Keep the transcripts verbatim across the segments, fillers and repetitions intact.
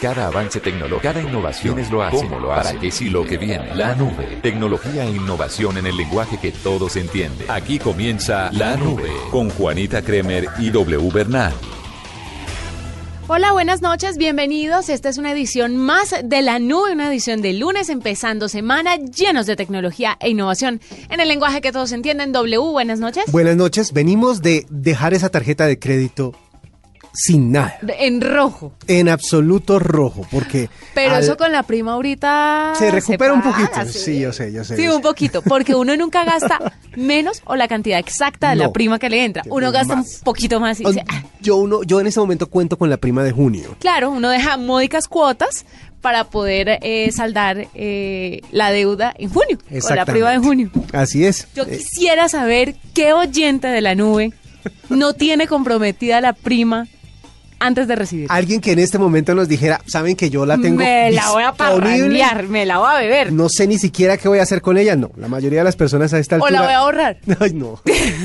Cada avance tecnológico, cada innovación es lo hace, cómo lo hace, para qué sí lo que viene. La nube, tecnología e innovación en el lenguaje que todos entienden. Aquí comienza La Nube con Juanita Kremer y W Bernal. Hola, buenas noches, bienvenidos. Esta es una edición más de La Nube, una edición de lunes, empezando semana llenos de tecnología e innovación en el lenguaje que todos entienden. W, buenas noches. Buenas noches, venimos de dejar esa tarjeta de crédito sin nada. En rojo. En absoluto rojo, porque... Pero al... eso con la prima ahorita... Se recupera se un paga, poquito, ¿sí? sí, yo sé, yo sé. Sí, yo un sé. poquito, porque uno nunca gasta menos o la cantidad exacta de no, la prima que le entra. Uno gasta más. un poquito más y dice... Ah. Yo, uno, yo en este momento cuento con la prima de junio. Claro, uno deja módicas cuotas para poder eh, saldar eh, la deuda en junio, con la prima de junio. Así es. Yo eh. quisiera saber qué oyente de La Nube no tiene comprometida la prima antes de recibir. Alguien que en este momento nos dijera, saben que yo la tengo me la voy a parrandear, me la voy a beber. No sé ni siquiera qué voy a hacer con ella. No, la mayoría de las personas a esta altura... O la voy a ahorrar. Ay, no.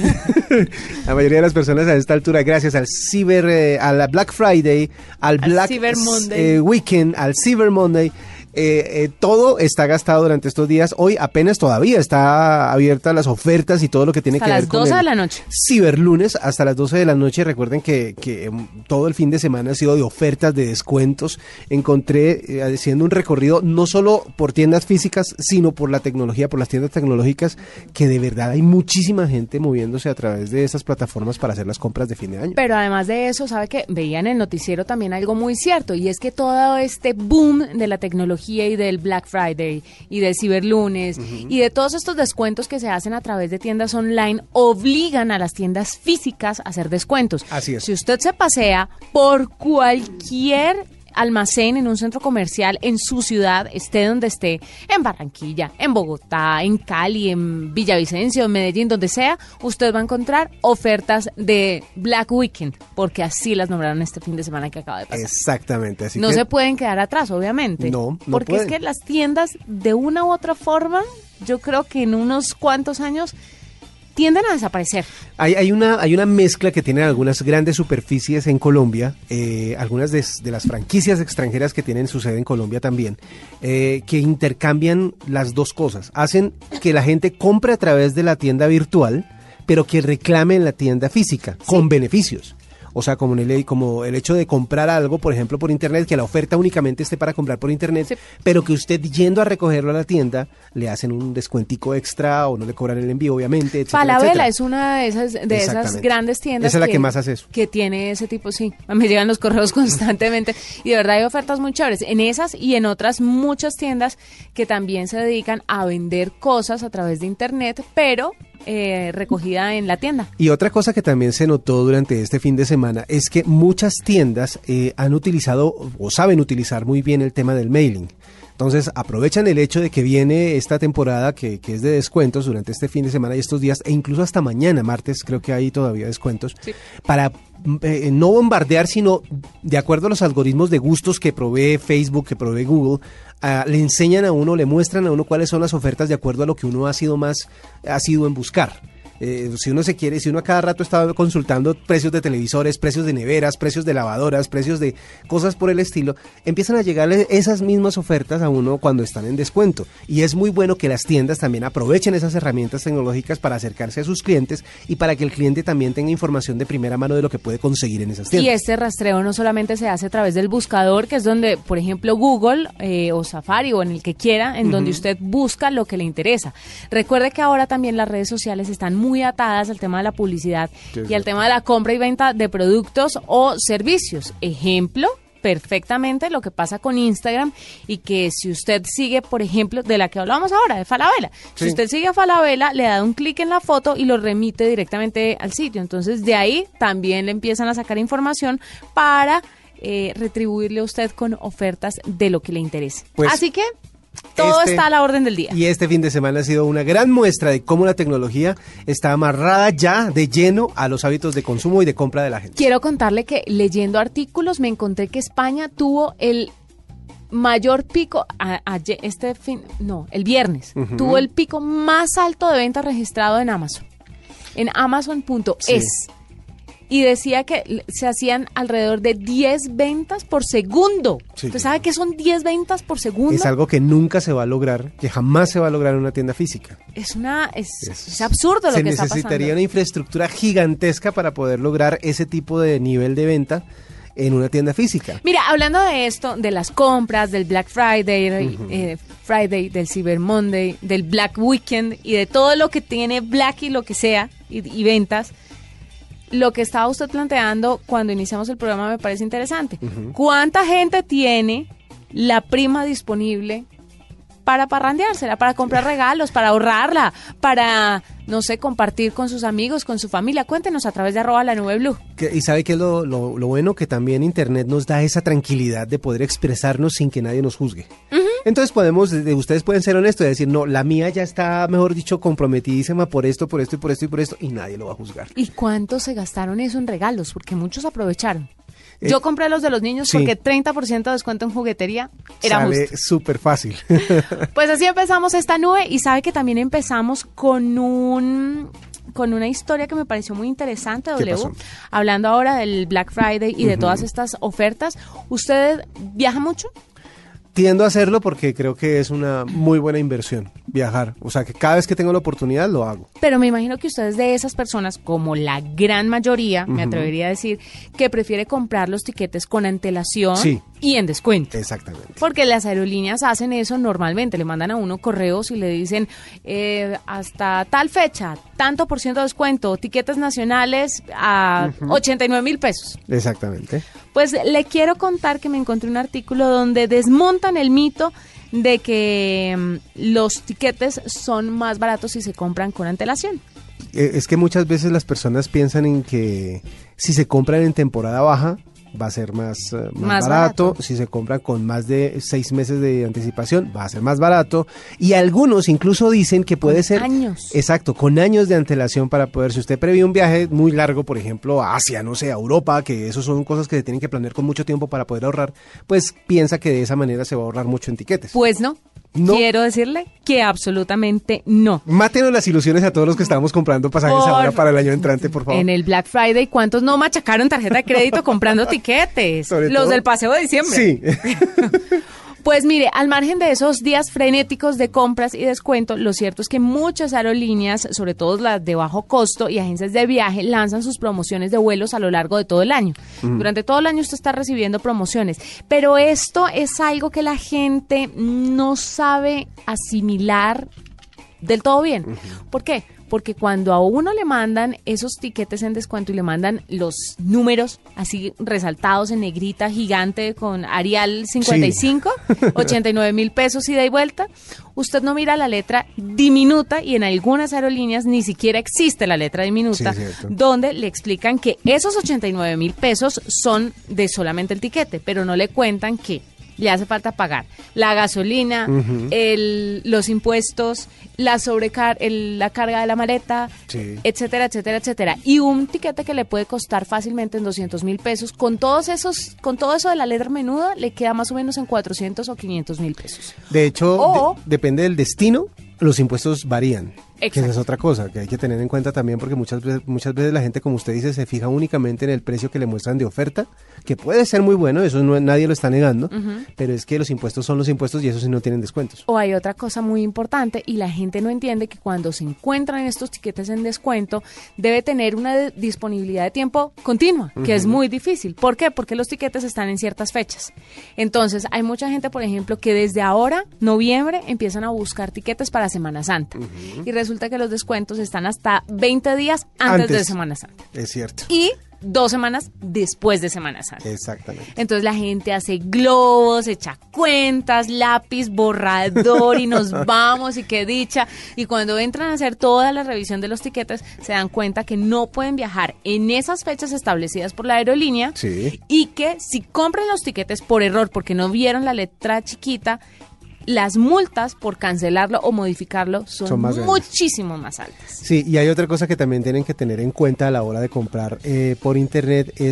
La mayoría de las personas a esta altura, gracias al Cyber, eh, a la Black Friday, al, al Black Cyber Monday. Eh, Weekend, al Cyber Monday, Eh, eh, todo está gastado durante estos días. Hoy apenas todavía está abierta las ofertas y todo lo que tiene hasta que ver con las doce de la noche. Ciberlunes hasta las doce de la noche. Recuerden que, que um, todo el fin de semana ha sido de ofertas, de descuentos. Encontré eh, haciendo un recorrido no solo por tiendas físicas, sino por la tecnología, por las tiendas tecnológicas, que de verdad hay muchísima gente moviéndose a través de esas plataformas para hacer las compras de fin de año. Pero además de eso, sabe que veía en el noticiero también algo muy cierto, y es que todo este boom de la tecnología y del Black Friday y del Ciberlunes uh-huh. y de todos estos descuentos que se hacen a través de tiendas online obligan a las tiendas físicas a hacer descuentos. Así es. Si usted se pasea por cualquier almacén en un centro comercial en su ciudad, esté donde esté, en Barranquilla, en Bogotá, en Cali, en Villavicencio, en Medellín, donde sea, usted va a encontrar ofertas de Black Weekend, porque así las nombraron este fin de semana que acaba de pasar. Exactamente. Así no que... se pueden quedar atrás, obviamente. No, no porque pueden. Es que las tiendas, de una u otra forma, yo creo que en unos cuantos años tienden a desaparecer. Hay, hay, una, hay una mezcla que tienen algunas grandes superficies en Colombia, eh, algunas de, de las franquicias extranjeras que tienen su sede en Colombia también, eh, que intercambian las dos cosas. Hacen que la gente compre a través de la tienda virtual, pero que reclame en la tienda física, sí, con beneficios. O sea, como el, como el hecho de comprar algo, por ejemplo, por internet, que la oferta únicamente esté para comprar por internet, sí, pero que usted yendo a recogerlo a la tienda, le hacen un descuentico extra o no le cobran el envío, obviamente, etcétera, Falabella etcétera. Es una de esas, de esas grandes tiendas. Esa es la que, que más hace eso. Que tiene ese tipo, sí. Me llegan los correos constantemente y de verdad hay ofertas muy chéveres. En esas y en otras muchas tiendas que también se dedican a vender cosas a través de internet, pero... Eh, recogida en la tienda. Y otra cosa que también se notó durante este fin de semana es que muchas tiendas eh, han utilizado o saben utilizar muy bien el tema del mailing. Entonces aprovechan el hecho de que viene esta temporada que, que es de descuentos durante este fin de semana y estos días, e incluso hasta mañana, martes, creo que hay todavía descuentos, sí, para eh, no bombardear, sino de acuerdo a los algoritmos de gustos que provee Facebook, que provee Google, uh, le enseñan a uno, le muestran a uno cuáles son las ofertas de acuerdo a lo que uno ha sido más, ha sido en buscar. Eh, si uno se quiere, si uno a cada rato está consultando precios de televisores, precios de neveras, precios de lavadoras, precios de cosas por el estilo, empiezan a llegarle esas mismas ofertas a uno cuando están en descuento. Y es muy bueno que las tiendas también aprovechen esas herramientas tecnológicas para acercarse a sus clientes y para que el cliente también tenga información de primera mano de lo que puede conseguir en esas tiendas. Y este rastreo no solamente se hace a través del buscador, que es donde, por ejemplo, Google eh, o Safari o en el que quiera, en uh-huh. donde usted busca lo que le interesa. Recuerde que ahora también las redes sociales están muy muy atadas al tema de la publicidad sí, y al tema de la compra y venta de productos o servicios. Ejemplo, perfectamente lo que pasa con Instagram, y que si usted sigue, por ejemplo, de la que hablábamos ahora, de Falabella, sí, si usted sigue a Falabella, le da un clic en la foto y lo remite directamente al sitio. Entonces, de ahí también le empiezan a sacar información para eh, retribuirle a usted con ofertas de lo que le interese. Pues, así que todo este, está a la orden del día. Y este fin de semana ha sido una gran muestra de cómo la tecnología está amarrada ya de lleno a los hábitos de consumo y de compra de la gente. Quiero contarle que leyendo artículos me encontré que España tuvo el mayor pico, a, a, este fin, no, el viernes, uh-huh. tuvo el pico más alto de ventas registrado en Amazon, en Amazon punto es. Sí. y decía que se hacían alrededor de diez ventas por segundo. Sí. ¿Usted sabe qué son diez ventas por segundo? Es algo que nunca se va a lograr, que jamás se va a lograr en una tienda física. Es una es, Es- es absurdo lo Se que está pasando. necesitaría una infraestructura gigantesca para poder lograr ese tipo de nivel de venta en una tienda física. Mira, hablando de esto, de las compras, del Black Friday, eh, Friday, del Cyber Monday, del Black Weekend y de todo lo que tiene Black y lo que sea, y, y ventas, lo que estaba usted planteando cuando iniciamos el programa me parece interesante. ¿Cuánta gente tiene la prima disponible para parrandeársela, para comprar regalos, para ahorrarla, para, no sé, compartir con sus amigos, con su familia? Cuéntenos a través de arroba la nube blue. Que- y sabe que es lo, lo, lo bueno, que también Internet nos da esa tranquilidad de poder expresarnos sin que nadie nos juzgue. Entonces podemos, de- ustedes pueden ser honestos y decir, no, la mía ya está, mejor dicho, comprometidísima por esto, por esto y por esto y por esto, y nadie lo va a juzgar. ¿Y cuánto se gastaron eso en regalos? Porque muchos aprovecharon. Eh, Yo compré los de los niños sí. porque treinta por ciento de descuento en juguetería era Sale justo. súper fácil. Pues así empezamos esta nube y sabe que también empezamos con un con una historia que me pareció muy interesante, ¿Qué W. pasó? Hablando ahora del Black Friday y de todas estas ofertas. ¿Usted viaja mucho? Tiendo a hacerlo porque creo que es una muy buena inversión, viajar. O sea, que cada vez que tengo la oportunidad lo hago. Pero me imagino que usted es de esas personas, como la gran mayoría, me atrevería a decir, que prefiere comprar los tiquetes con antelación Sí. y en descuento. Exactamente. Porque las aerolíneas hacen eso normalmente, le mandan a uno correos y le dicen eh, hasta tal fecha, tanto por ciento de descuento, tiquetes nacionales a ochenta y nueve mil pesos. Exactamente. Pues le quiero contar que me encontré un artículo donde desmontan el mito de que mm, los tiquetes son más baratos si se compran con antelación. Eh, Es que muchas veces las personas piensan en que si se compran en temporada baja va a ser más, eh, más, Más barato. barato. Si se compran con más de seis meses de anticipación va a ser más barato, y algunos incluso dicen que puede Con ser años. exacto, con años de antelación para poder, si usted prevé un viaje muy largo, por ejemplo a Asia, no sé, a Europa, que eso son cosas que se tienen que planear con mucho tiempo para poder ahorrar, pues piensa que de esa manera se va a ahorrar mucho en tiquetes. Pues no, No. quiero decirle que absolutamente no. Mátenos las ilusiones a todos los que estamos comprando pasajes Por- ahora para el año entrante, por favor. En el Black Friday, ¿cuántos no machacaron tarjeta de crédito comprando tiquetes? Sobre Los todo- del paseo de diciembre. Sí. Pues mire, al margen de esos días frenéticos de compras y descuento, lo cierto es que muchas aerolíneas, sobre todo las de bajo costo y agencias de viaje, lanzan sus promociones de vuelos a lo largo de todo el año. Durante todo el año usted está recibiendo promociones, pero esto es algo que la gente no sabe asimilar del todo bien. ¿Por qué? Porque cuando a uno le mandan esos tiquetes en descuento y le mandan los números así resaltados en negrita gigante con Arial cincuenta y cinco, ochenta y nueve mil pesos ida y vuelta, usted no mira la letra diminuta, y en algunas aerolíneas ni siquiera existe la letra diminuta, Sí, cierto. donde le explican que esos ochenta y nueve mil pesos son de solamente el tiquete, pero no le cuentan que le hace falta pagar la gasolina, el, los impuestos, la sobrecar el- la carga de la maleta, Sí. etcétera, etcétera, etcétera. Y un tiquete que le puede costar fácilmente en doscientos mil pesos, con todos esos, con todo eso de la letra menuda, le queda más o menos en cuatrocientos o quinientos mil pesos. De hecho, O- de- depende del destino, los impuestos varían. Que esa Exacto. es otra cosa que hay que tener en cuenta también, porque muchas veces, muchas veces la gente, como usted dice, se fija únicamente en el precio que le muestran de oferta, que puede ser muy bueno, eso no, nadie lo está negando, pero es que los impuestos son los impuestos y eso sí no tienen descuentos. O hay otra cosa muy importante, y la gente no entiende que cuando se encuentran estos tiquetes en descuento debe tener una de- disponibilidad de tiempo continua, que es muy difícil. ¿Por qué? Porque los tiquetes están en ciertas fechas. Entonces, hay mucha gente, por ejemplo, que desde ahora, noviembre, empiezan a buscar tiquetes para Semana Santa. Y resulta que los descuentos están hasta veinte días antes, de Antes. Semana Santa. Es cierto. Y dos semanas después de Semana Santa. Exactamente. Entonces la gente hace globos, echa cuentas, lápiz, borrador y nos vamos, y qué dicha. Y cuando entran a hacer toda la revisión de los tiquetes, se dan cuenta que no pueden viajar en esas fechas establecidas por la aerolínea, Sí. y que si compran los tiquetes por error porque no vieron la letra chiquita, las multas por cancelarlo o modificarlo son, Son más grandes. muchísimo más altas. Sí, y hay otra cosa que también tienen que tener en cuenta a la hora de comprar eh, por internet, es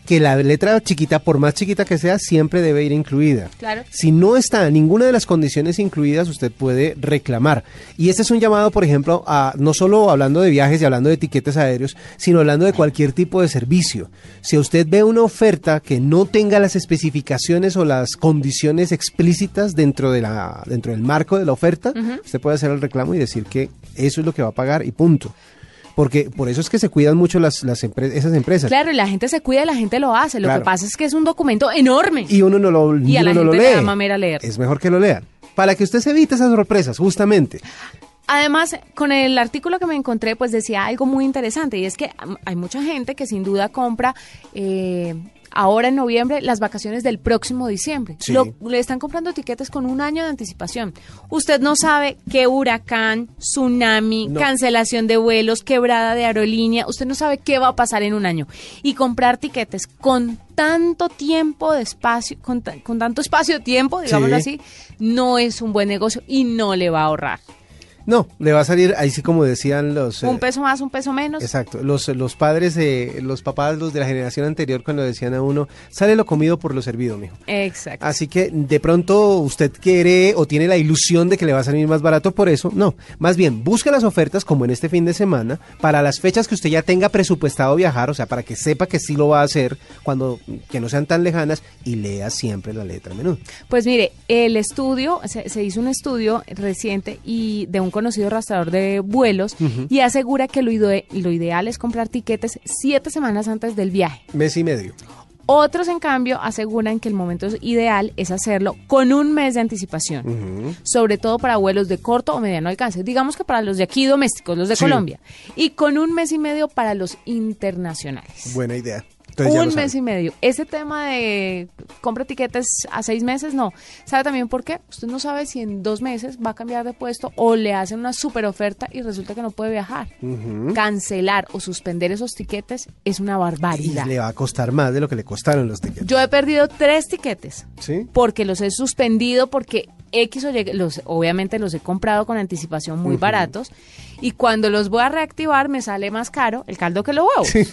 que la letra chiquita, por más chiquita que sea, siempre debe ir incluida. Claro. Si no está ninguna de las condiciones incluidas, usted puede reclamar. Y este es un llamado, por ejemplo, a no solo hablando de viajes y hablando de etiquetes aéreos, sino hablando de cualquier tipo de servicio. Si usted ve una oferta que no tenga las especificaciones o las condiciones explícitas dentro de la dentro del marco de la oferta, uh-huh. usted puede hacer el reclamo y decir que eso es lo que va a pagar y punto. Porque por eso es que se cuidan mucho las, las empre- esas empresas. Claro, y la gente se cuida y la gente lo hace. Lo claro. que pasa es que es un documento enorme. Y uno no lo, y a uno la no gente lo le lee. da mamera leer. Es mejor que lo lean. Para que usted se evite esas sorpresas, justamente. Además, con el artículo que me encontré, pues decía algo muy interesante. Y es que hay mucha gente que sin duda compra... Eh, ahora en noviembre, las vacaciones del próximo diciembre. Sí. Lo, le están comprando tiquetes con un año de anticipación. Usted no sabe qué huracán, tsunami, no. cancelación de vuelos, quebrada de aerolínea. Usted no sabe qué va a pasar en un año. Y comprar tiquetes con tanto tiempo de espacio, con, con tanto espacio de tiempo, digámoslo sí. así, no es un buen negocio y no le va a ahorrar. No, le va a salir, ahí sí como decían los... Un peso más, un peso menos. Exacto, los, los padres, eh, los papás, los de la generación anterior cuando decían a uno, sale lo comido por lo servido, mijo. Exacto. Así que de pronto usted quiere o tiene la ilusión de que le va a salir más barato por eso, no. Más bien, busque las ofertas como en este fin de semana, para las fechas que usted ya tenga presupuestado viajar, o sea, para que sepa que sí lo va a hacer, cuando que no sean tan lejanas, y lea siempre la letra a menudo. Pues mire, el estudio, se, se hizo un estudio reciente y de un conocido rastreador de vuelos uh-huh. y asegura que lo, ide- lo ideal es comprar tiquetes siete semanas antes del viaje. Mes y medio. Otros, en cambio, aseguran que el momento ideal es hacerlo con un mes de anticipación, uh-huh. sobre todo para vuelos de corto o mediano alcance, digamos que para los de aquí domésticos, los de sí. Colombia, y con un mes y medio para los internacionales. Buena idea. Entonces un mes y medio. Ese tema de compra tiquetes a seis meses, no. ¿Sabe también por qué? Usted no sabe si en dos meses va a cambiar de puesto o le hacen una super oferta y resulta que no puede viajar. Uh-huh. Cancelar o suspender esos tiquetes es una barbaridad. Y le va a costar más de lo que le costaron los tiquetes. Yo he perdido tres tiquetes. ¿Sí? Porque los he suspendido, porque X o Y, los, obviamente los he comprado con anticipación muy uh-huh. baratos. Y cuando los voy a reactivar me sale más caro el caldo que lo huevo. Sí.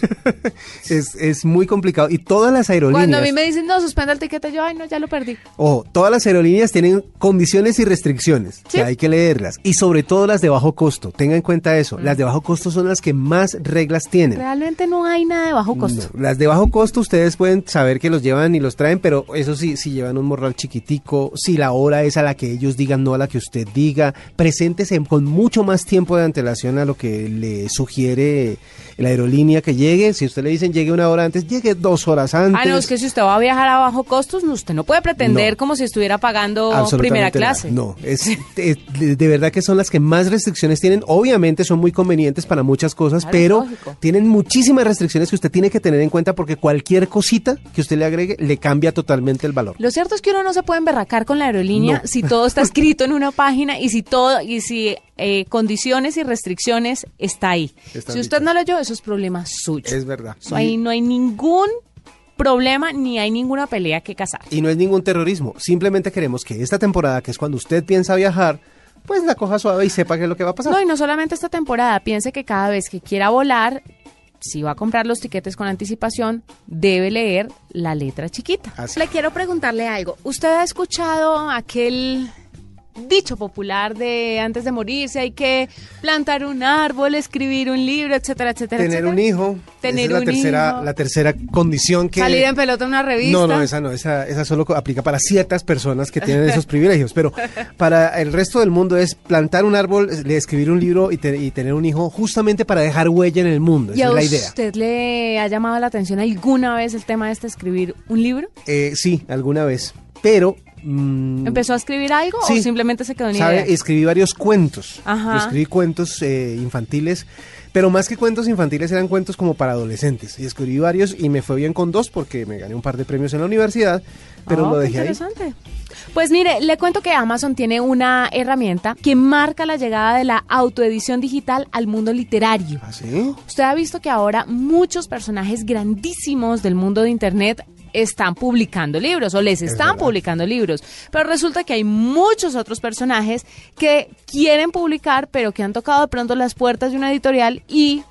es, es muy complicado. Y todas las aerolíneas... Cuando a mí me dicen, no, suspenda el tiquete, yo, ay, no, ya lo perdí. Ojo, todas las aerolíneas tienen condiciones y restricciones, ¿sí? que hay que leerlas. Y sobre todo las de bajo costo. Tenga en cuenta eso. Mm. Las de bajo costo son las que más reglas tienen. Realmente no hay nada de bajo costo. No, las de bajo costo ustedes pueden saber que los llevan y los traen, pero eso sí, si llevan un morral chiquitico, si la hora es a la que ellos digan, no a la que usted diga, preséntese con mucho más tiempo de antelación a lo que le sugiere la aerolínea que llegue. Si usted le dicen llegue una hora antes, llegue dos horas antes. Ah, no, es que si usted va a viajar a bajo costos, usted no puede pretender no. como si estuviera pagando primera clase. No, es, es de verdad que son las que más restricciones tienen. Obviamente son muy convenientes para muchas cosas, claro, pero lógico. Tienen muchísimas restricciones que usted tiene que tener en cuenta, porque cualquier cosita que usted le agregue le cambia totalmente el valor. Lo cierto es que uno no se puede emberracar con la aerolínea no. si todo está escrito en una página y si todo y si eh, condiciones y restricciones está ahí. Está si usted dicho. No leyó, eso es problema suyo. Es verdad. So, ahí no hay ningún problema ni hay ninguna pelea que casar. Y no es ningún terrorismo. Simplemente queremos que esta temporada, que es cuando usted piensa viajar, pues la coja suave y sepa qué es lo que va a pasar. No, y no solamente esta temporada. Piense que cada vez que quiera volar, si va a comprar los tiquetes con anticipación, debe leer la letra chiquita. Así. Le quiero preguntarle algo. ¿Usted ha escuchado aquel dicho popular de antes de morirse hay que plantar un árbol, escribir un libro, etcétera, etcétera, tener etcétera? un hijo? Tener esa es un la tercera, hijo. La tercera condición que... Salir en pelota en una revista. No, no, esa no, esa, esa solo aplica para ciertas personas que tienen esos privilegios, pero para el resto del mundo es plantar un árbol, escribir un libro y, te, y tener un hijo, justamente para dejar huella en el mundo. Esa es la idea. ¿Y a usted le ha llamado la atención alguna vez el tema de este escribir un libro? Eh, sí, alguna vez, pero... Mm, ¿empezó a escribir algo sí, o simplemente se quedó en sabe, idea? Escribí varios cuentos. Ajá. Escribí cuentos eh, infantiles, pero más que cuentos infantiles eran cuentos como para adolescentes. Y escribí varios y me fue bien con dos porque me gané un par de premios en la universidad, pero oh, lo dejé interesante. ahí. Pues mire, le cuento que Amazon tiene una herramienta que marca la llegada de la autoedición digital al mundo literario. ¿Ah, sí? Usted ha visto que ahora muchos personajes grandísimos del mundo de Internet están publicando libros o les están publicando libros, pero resulta que hay muchos otros personajes que quieren publicar pero que han tocado de pronto las puertas de una editorial y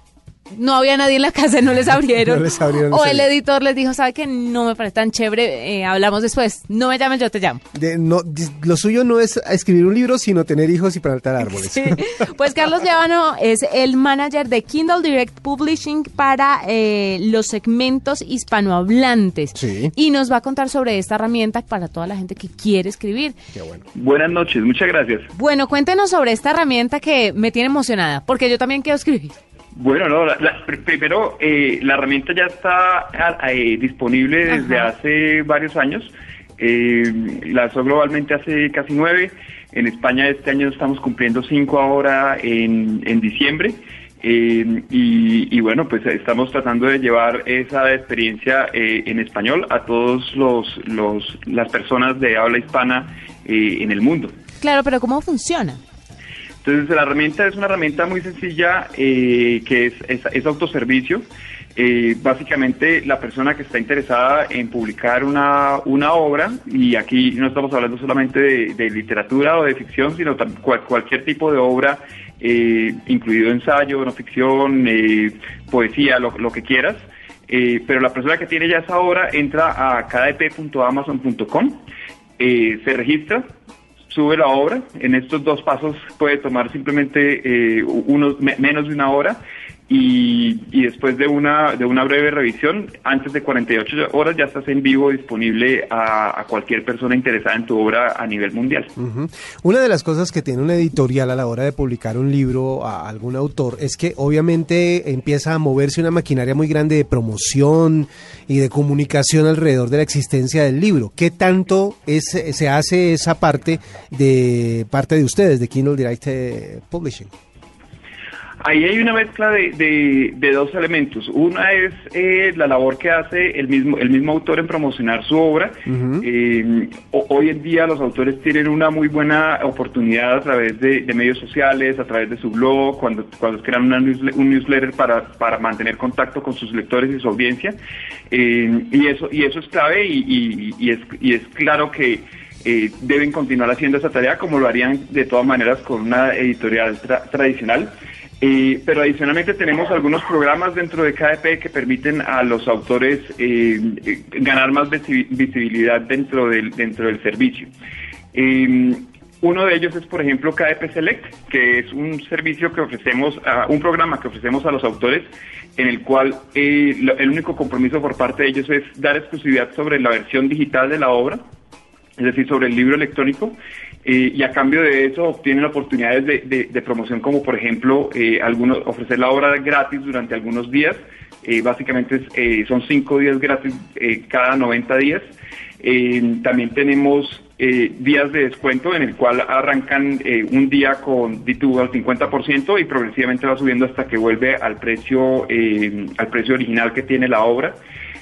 no había nadie en la casa y no les abrieron. No les abrieron o ese el día. editor les dijo, ¿sabe qué? No me parece tan chévere, eh, hablamos después. No me llames, yo te llamo. De- no, dis- lo suyo no es escribir un libro, sino tener hijos y plantar árboles. Sí. Pues Carlos Llévano es el manager de Kindle Direct Publishing para eh, los segmentos hispanohablantes. Sí. Y nos va a contar sobre esta herramienta para toda la gente que quiere escribir. Qué bueno. Buenas noches, muchas gracias. Bueno, cuéntenos sobre esta herramienta que me tiene emocionada, porque yo también quiero escribir. Bueno, no, la- la- pr- primero, eh, la herramienta ya está eh, disponible desde Ajá. hace varios años. Eh, lanzó globalmente hace casi nueve. En España este año estamos cumpliendo cinco ahora en, en diciembre. Eh, y, y bueno, pues estamos tratando de llevar esa experiencia eh, en español a todos los, los las personas de habla hispana eh, en el mundo. Claro, pero ¿cómo funciona? Entonces la herramienta es una herramienta muy sencilla eh, que es, es, es autoservicio. Eh, básicamente la persona que está interesada en publicar una, una obra, y aquí no estamos hablando solamente de, de literatura o de ficción, sino tam- cual, cualquier tipo de obra, eh, incluido ensayo, no ficción, eh, poesía, lo, lo que quieras. Eh, pero la persona que tiene ya esa obra entra a k d p punto amazon punto com, eh, se registra, sube la obra. En estos dos pasos puede tomar simplemente eh, unos me- menos de una hora, y, y después de una de una breve revisión, antes de cuarenta y ocho horas ya estás en vivo, disponible a, a cualquier persona interesada en tu obra a nivel mundial. Ujú. Una de las cosas que tiene una editorial a la hora de publicar un libro a algún autor es que obviamente empieza a moverse una maquinaria muy grande de promoción y de comunicación alrededor de la existencia del libro. ¿Qué tanto es, se hace esa parte de parte de ustedes, de Kindle Direct eh, Publishing? Ahí hay una mezcla de, de, de dos elementos. Una es eh, la labor que hace el mismo el mismo autor en promocionar su obra. Ujú. Eh, ho- hoy en día los autores tienen una muy buena oportunidad a través de, de medios sociales, a través de su blog, cuando, cuando crean una newsle- un newsletter para, para mantener contacto con sus lectores y su audiencia. Eh, y eso y eso es clave, y, y, y es, y es claro que eh, deben continuar haciendo esa tarea, como lo harían de todas maneras con una editorial tra- tradicional. Eh, pero adicionalmente tenemos algunos programas dentro de K D P que permiten a los autores eh, eh, ganar más visi- visibilidad dentro del dentro del servicio. Eh, uno de ellos es, por ejemplo, K D P Select, que es un servicio que ofrecemos, a, un programa que ofrecemos a los autores, en el cual eh, lo- el único compromiso por parte de ellos es dar exclusividad sobre la versión digital de la obra, es decir, sobre el libro electrónico, eh, y a cambio de eso obtienen oportunidades de, de, de promoción, como por ejemplo eh, algunos, ofrecer la obra gratis durante algunos días. Eh, básicamente es, eh, son cinco días gratis eh, cada noventa días. Eh, también tenemos eh, días de descuento, en el cual arrancan eh, un día con D dos al cincuenta por ciento y progresivamente va subiendo hasta que vuelve al precio eh, al precio original que tiene la obra.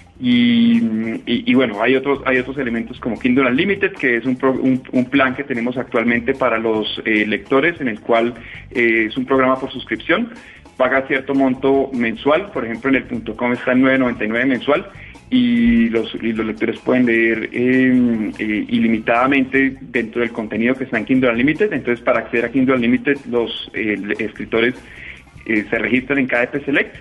Y, y, y bueno, hay otros hay otros elementos como Kindle Unlimited, que es un, pro, un, un plan que tenemos actualmente para los eh, lectores, en el cual eh, es un programa por suscripción, paga cierto monto mensual, por ejemplo en el punto com está en nueve noventa y nueve mensual, y los, y los lectores pueden leer eh, eh, ilimitadamente dentro del contenido que está en Kindle Unlimited. Entonces, para acceder a Kindle Unlimited, los eh, escritores eh, se registran en K D P Select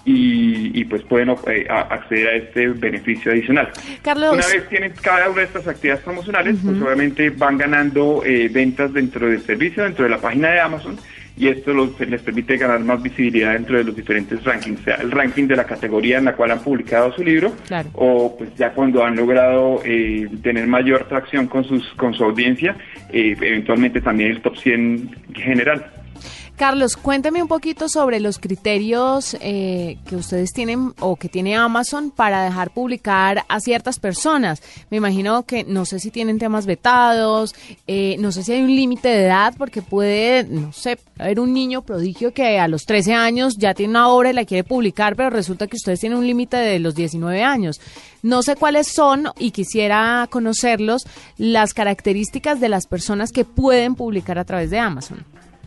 y, y pues pueden eh, a, acceder a este beneficio adicional. Carlos. Una vez tienen cada una de estas actividades promocionales, uh-huh. pues obviamente van ganando eh, ventas dentro del servicio, dentro de la página de Amazon, y esto los, les permite ganar más visibilidad dentro de los diferentes rankings, sea el ranking de la categoría en la cual han publicado su libro, claro. o pues ya cuando han logrado eh, tener mayor tracción con sus con su audiencia, eh, eventualmente también el top cien general. Carlos, cuéntame un poquito sobre los criterios eh, que ustedes tienen o que tiene Amazon para dejar publicar a ciertas personas. Me imagino que no sé si tienen temas vetados, eh, no sé si hay un límite de edad, porque puede, no sé, haber un niño prodigio que a los trece años ya tiene una obra y la quiere publicar, pero resulta que ustedes tienen un límite de los diecinueve años. No sé cuáles son y quisiera conocerlos, las características de las personas que pueden publicar a través de Amazon.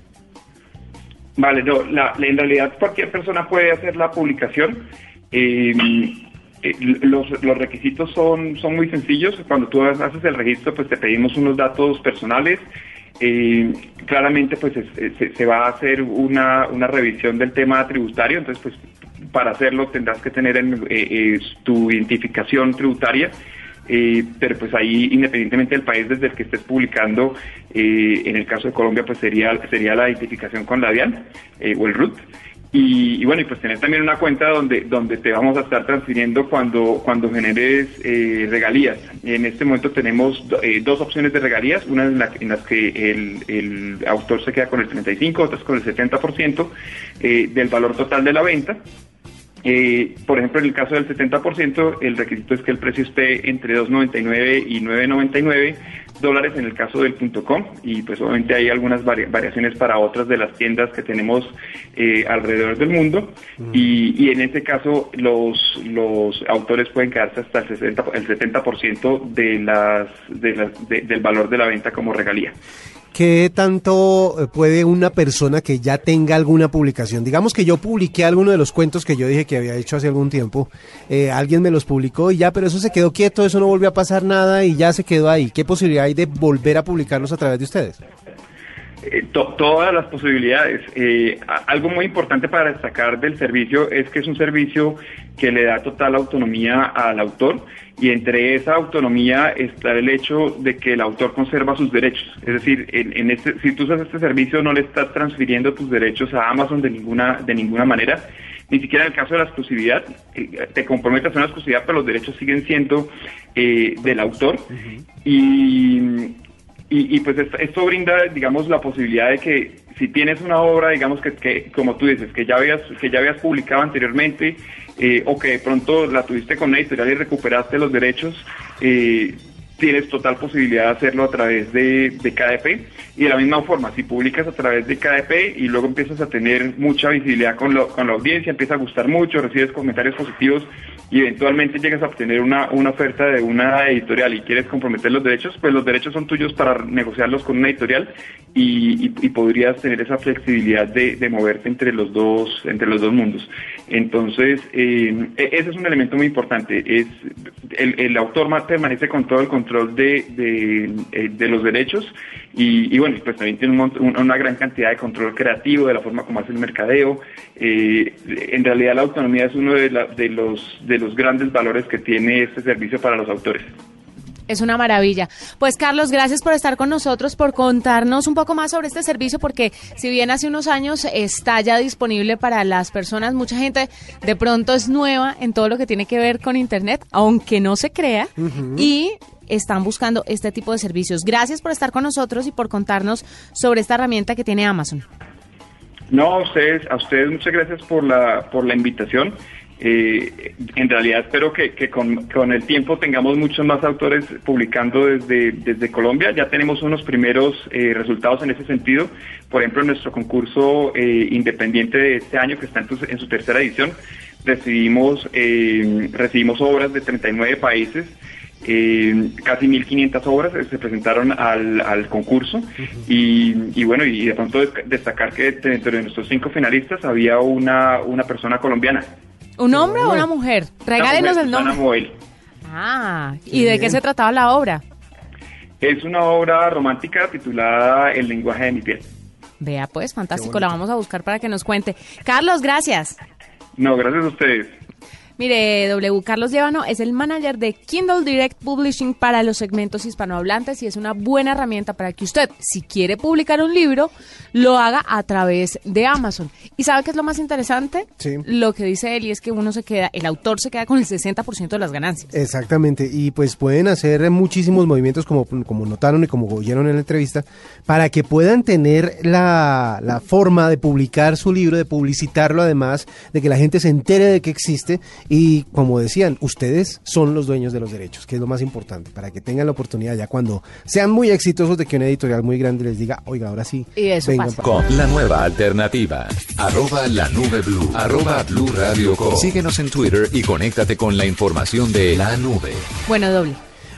Vale, no, la, la, en realidad cualquier persona puede hacer la publicación. Eh, eh, los, los requisitos son, son muy sencillos. Cuando tú haces el registro, pues te pedimos unos datos personales. Eh, claramente, pues es, se, se va a hacer una, una revisión del tema tributario. Entonces, pues para hacerlo tendrás que tener en, eh, eh, tu identificación tributaria. Eh, pero pues ahí, independientemente del país desde el que estés publicando, eh, en el caso de Colombia pues sería sería la identificación con la DIAN eh, o el R U T. Y, y bueno, y pues tener también una cuenta donde donde te vamos a estar transfiriendo cuando cuando generes eh, regalías. En este momento tenemos eh, dos opciones de regalías, una en, la, en las que el, el autor se queda con el treinta y cinco por ciento, otras con el setenta por ciento eh, del valor total de la venta. Eh, por ejemplo, en el caso del setenta por ciento, el requisito es que el precio esté entre dos noventa y nueve y nueve noventa y nueve dólares en el caso del .com, y pues obviamente hay algunas vari- variaciones para otras de las tiendas que tenemos eh, alrededor del mundo, mm. y, y en este caso los los autores pueden quedarse hasta el, sesenta, el setenta por ciento de las, de las de, del valor de la venta como regalía. ¿Qué tanto puede una persona que ya tenga alguna publicación? Digamos que yo publiqué alguno de los cuentos que yo dije que había hecho hace algún tiempo, eh, alguien me los publicó y ya, pero eso se quedó quieto, eso no volvió a pasar nada y ya se quedó ahí. ¿Qué posibilidad hay de volver a publicarlos a través de ustedes? Eh, to, todas las posibilidades. Eh, algo muy importante para destacar del servicio es que es un servicio que le da total autonomía al autor, y entre esa autonomía está el hecho de que el autor conserva sus derechos. Es decir, en, en este, si tú usas este servicio no le estás transfiriendo tus derechos a Amazon de ninguna de ninguna manera, ni siquiera en el caso de la exclusividad. Eh, te comprometes a una exclusividad, pero los derechos siguen siendo eh, del autor. Uh-huh. y Y, y pues esto, esto brinda, digamos, la posibilidad de que si tienes una obra, digamos, que, que como tú dices, que ya habías que ya habías publicado anteriormente, eh, o que de pronto la tuviste con una editorial y recuperaste los derechos, eh, tienes total posibilidad de hacerlo a través de, de K D P. Y de la misma forma, si publicas a través de K D P y luego empiezas a tener mucha visibilidad con, lo, con la audiencia, empieza a gustar mucho, recibes comentarios positivos y eventualmente llegas a obtener una, una oferta de una editorial y quieres comprometer los derechos, pues los derechos son tuyos para negociarlos con una editorial, y, y, y podrías tener esa flexibilidad de, de moverte entre los dos entre los dos mundos. Entonces, eh, ese es un elemento muy importante. Es el, el autor permanece con todo el control de, de, de los derechos, y, y bueno, pues también tiene un, una gran cantidad de control creativo de la forma como hace el mercadeo. Eh, en realidad la autonomía es uno de, la, de los de los grandes valores que tiene este servicio para los autores. Es una maravilla. Pues Carlos, gracias por estar con nosotros, por contarnos un poco más sobre este servicio, porque si bien hace unos años está ya disponible para las personas, mucha gente de pronto es nueva en todo lo que tiene que ver con Internet, aunque no se crea, uh-huh. y están buscando este tipo de servicios. Gracias por estar con nosotros y por contarnos sobre esta herramienta que tiene Amazon. No, a ustedes, a ustedes muchas gracias por la por la invitación. Eh, en realidad espero que, que con, con el tiempo tengamos muchos más autores publicando desde, desde Colombia. Ya tenemos unos primeros eh, resultados en ese sentido. Por ejemplo, en nuestro concurso eh, independiente de este año, que está en, tu, en su tercera edición, recibimos, eh, recibimos obras de treinta y nueve países. Eh, casi mil quinientas obras eh, se presentaron al, al concurso, uh-huh. y, y bueno, y de pronto destacar que dentro de nuestros cinco finalistas había una, una persona colombiana. ¿Un hombre o una mujer? Regálenos el nombre. Moel. Ah, ¿y de qué se trataba la obra? Es una obra romántica titulada El lenguaje de mi piel. Vea pues, fantástico, la vamos a buscar para que nos cuente. Carlos, gracias. No, gracias a ustedes. Mire, W. Carlos Llévano es el manager de Kindle Direct Publishing para los segmentos hispanohablantes, y es una buena herramienta para que usted, si quiere publicar un libro, lo haga a través de Amazon. ¿Y sabe qué es lo más interesante? Sí. Lo que dice él, y es que uno se queda, el autor se queda con el sesenta por ciento de las ganancias. Exactamente, y pues pueden hacer muchísimos movimientos, como, como notaron y como oyeron en la entrevista, para que puedan tener la, la forma de publicar su libro, de publicitarlo, además de que la gente se entere de que existe. Y como decían, ustedes son los dueños de los derechos, que es lo más importante, para que tengan la oportunidad ya cuando sean muy exitosos de que una editorial muy grande les diga, oiga, ahora sí. Y eso vengan pasa. Con la nueva alternativa, arroba la nube blue, arroba blue radio com. Síguenos en Twitter y conéctate con la información de la nube. Bueno, doble.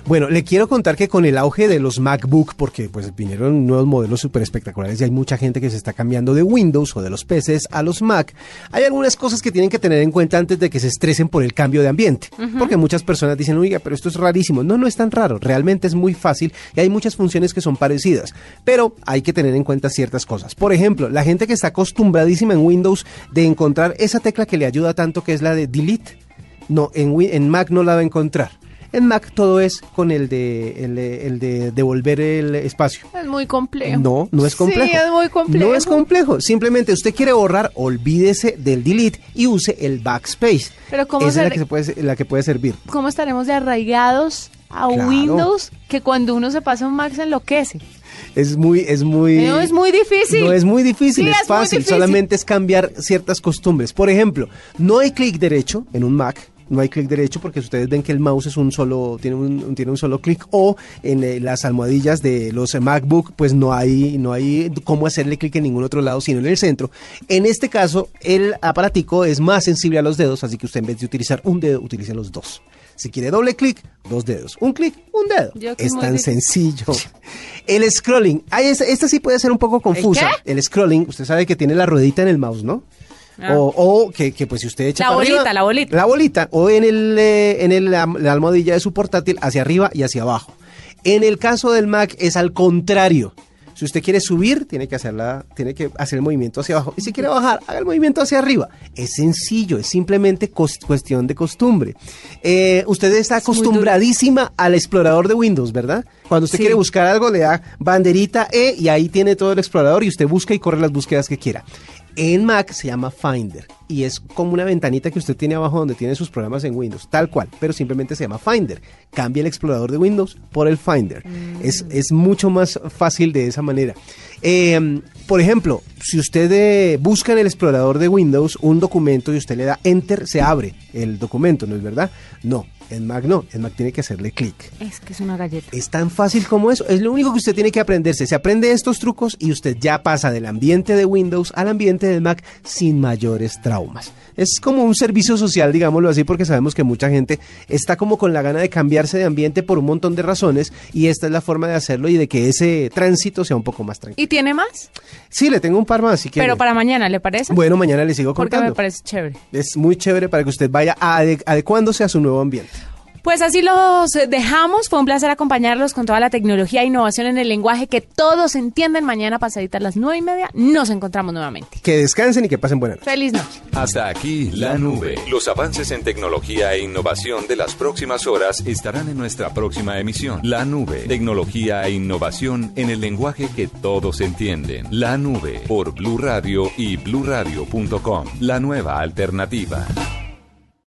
Bueno, le quiero contar que con el auge de los MacBook, porque pues vinieron nuevos modelos súper espectaculares y hay mucha gente que se está cambiando de Windows o de los P Cs a los Mac, hay algunas cosas que tienen que tener en cuenta antes de que se estresen por el cambio de ambiente. Uh-huh. Porque muchas personas dicen, oiga, pero esto es rarísimo. No, no es tan raro. Realmente es muy fácil y hay muchas funciones que son parecidas. Pero hay que tener en cuenta ciertas cosas. Por ejemplo, la gente que está acostumbradísima en Windows de encontrar esa tecla que le ayuda tanto, que es la de delete, no, en, en Mac no la va a encontrar. En Mac todo es con el de, el, de, el de devolver el espacio. Es muy complejo. No, no es complejo. Sí, es muy complejo. No es complejo. Simplemente usted quiere borrar, olvídese del delete y use el backspace. Pero ¿cómo Esa ser... es la que, se puede, la que puede servir. ¿Cómo estaremos de arraigados a claro. Windows que cuando uno se pasa a un Mac se enloquece? Es muy, es muy... No es muy difícil. No es muy difícil, sí, es, es fácil. Difícil. Solamente es cambiar ciertas costumbres. Por ejemplo, no hay clic derecho en un Mac. No hay clic derecho porque ustedes ven que el mouse es un solo, tiene un, tiene un solo clic, o en eh, las almohadillas de los MacBook, pues no hay, no hay cómo hacerle clic en ningún otro lado, sino en el centro. En este caso, el aparatico es más sensible a los dedos, así que usted en vez de utilizar un dedo, utilice los dos. Si quiere doble clic, dos dedos. Un clic, un dedo. Es tan difícil. Sencillo. El scrolling. Ay, esta, esta sí puede ser un poco confusa. ¿El, ¿El scrolling, usted sabe que tiene la ruedita en el mouse, ¿no? Ah. O, o que, que pues si usted echa la para bolita, arriba, la bolita. La bolita. O en, el, eh, en el, la, la almohadilla de su portátil hacia arriba y hacia abajo. En el caso del Mac es al contrario. Si usted quiere subir, tiene que hacerla, tiene que hacer el movimiento hacia abajo. Y si quiere bajar, haga el movimiento hacia arriba. Es sencillo, es simplemente cuestión de costumbre. Eh, usted está acostumbradísima al explorador de Windows, ¿verdad? Cuando usted sí. quiere buscar algo, le da banderita E y ahí tiene todo el explorador y usted busca y corre las búsquedas que quiera. En Mac se llama Finder y es como una ventanita que usted tiene abajo donde tiene sus programas en Windows, tal cual, pero simplemente se llama Finder. Cambia el explorador de Windows por el Finder. Mm. Es, es mucho más fácil de esa manera. Eh, por ejemplo, si usted eh, busca en el explorador de Windows un documento y usted le da Enter, se abre el documento, ¿no es verdad? No. En Mac no, en Mac tiene que hacerle clic. Es que es una galleta. Es tan fácil como eso, es lo único que usted tiene que aprenderse. Se aprende estos trucos y usted ya pasa del ambiente de Windows al ambiente de Mac sin mayores traumas. Es como un servicio social, digámoslo así, porque sabemos que mucha gente está como con la gana de cambiarse de ambiente por un montón de razones y esta es la forma de hacerlo y de que ese tránsito sea un poco más tranquilo. ¿Y tiene más? Sí, le tengo un par más si quiere. Pero para mañana, ¿le parece? Bueno, mañana le sigo contando. Porque me parece chévere. Es muy chévere para que usted vaya ade- adecuándose a su nuevo ambiente. Pues así los dejamos. Fue un placer acompañarlos con toda la tecnología e innovación en el lenguaje que todos entienden. Mañana pasaditas las nueve y media nos encontramos nuevamente. Que descansen y que pasen buena noche. Feliz noche. Hasta aquí La Nube. Los avances en tecnología e innovación de las próximas horas estarán en nuestra próxima emisión. La Nube. Tecnología e innovación en el lenguaje que todos entienden. La Nube por Blue Radio y blue radio punto com. La nueva alternativa.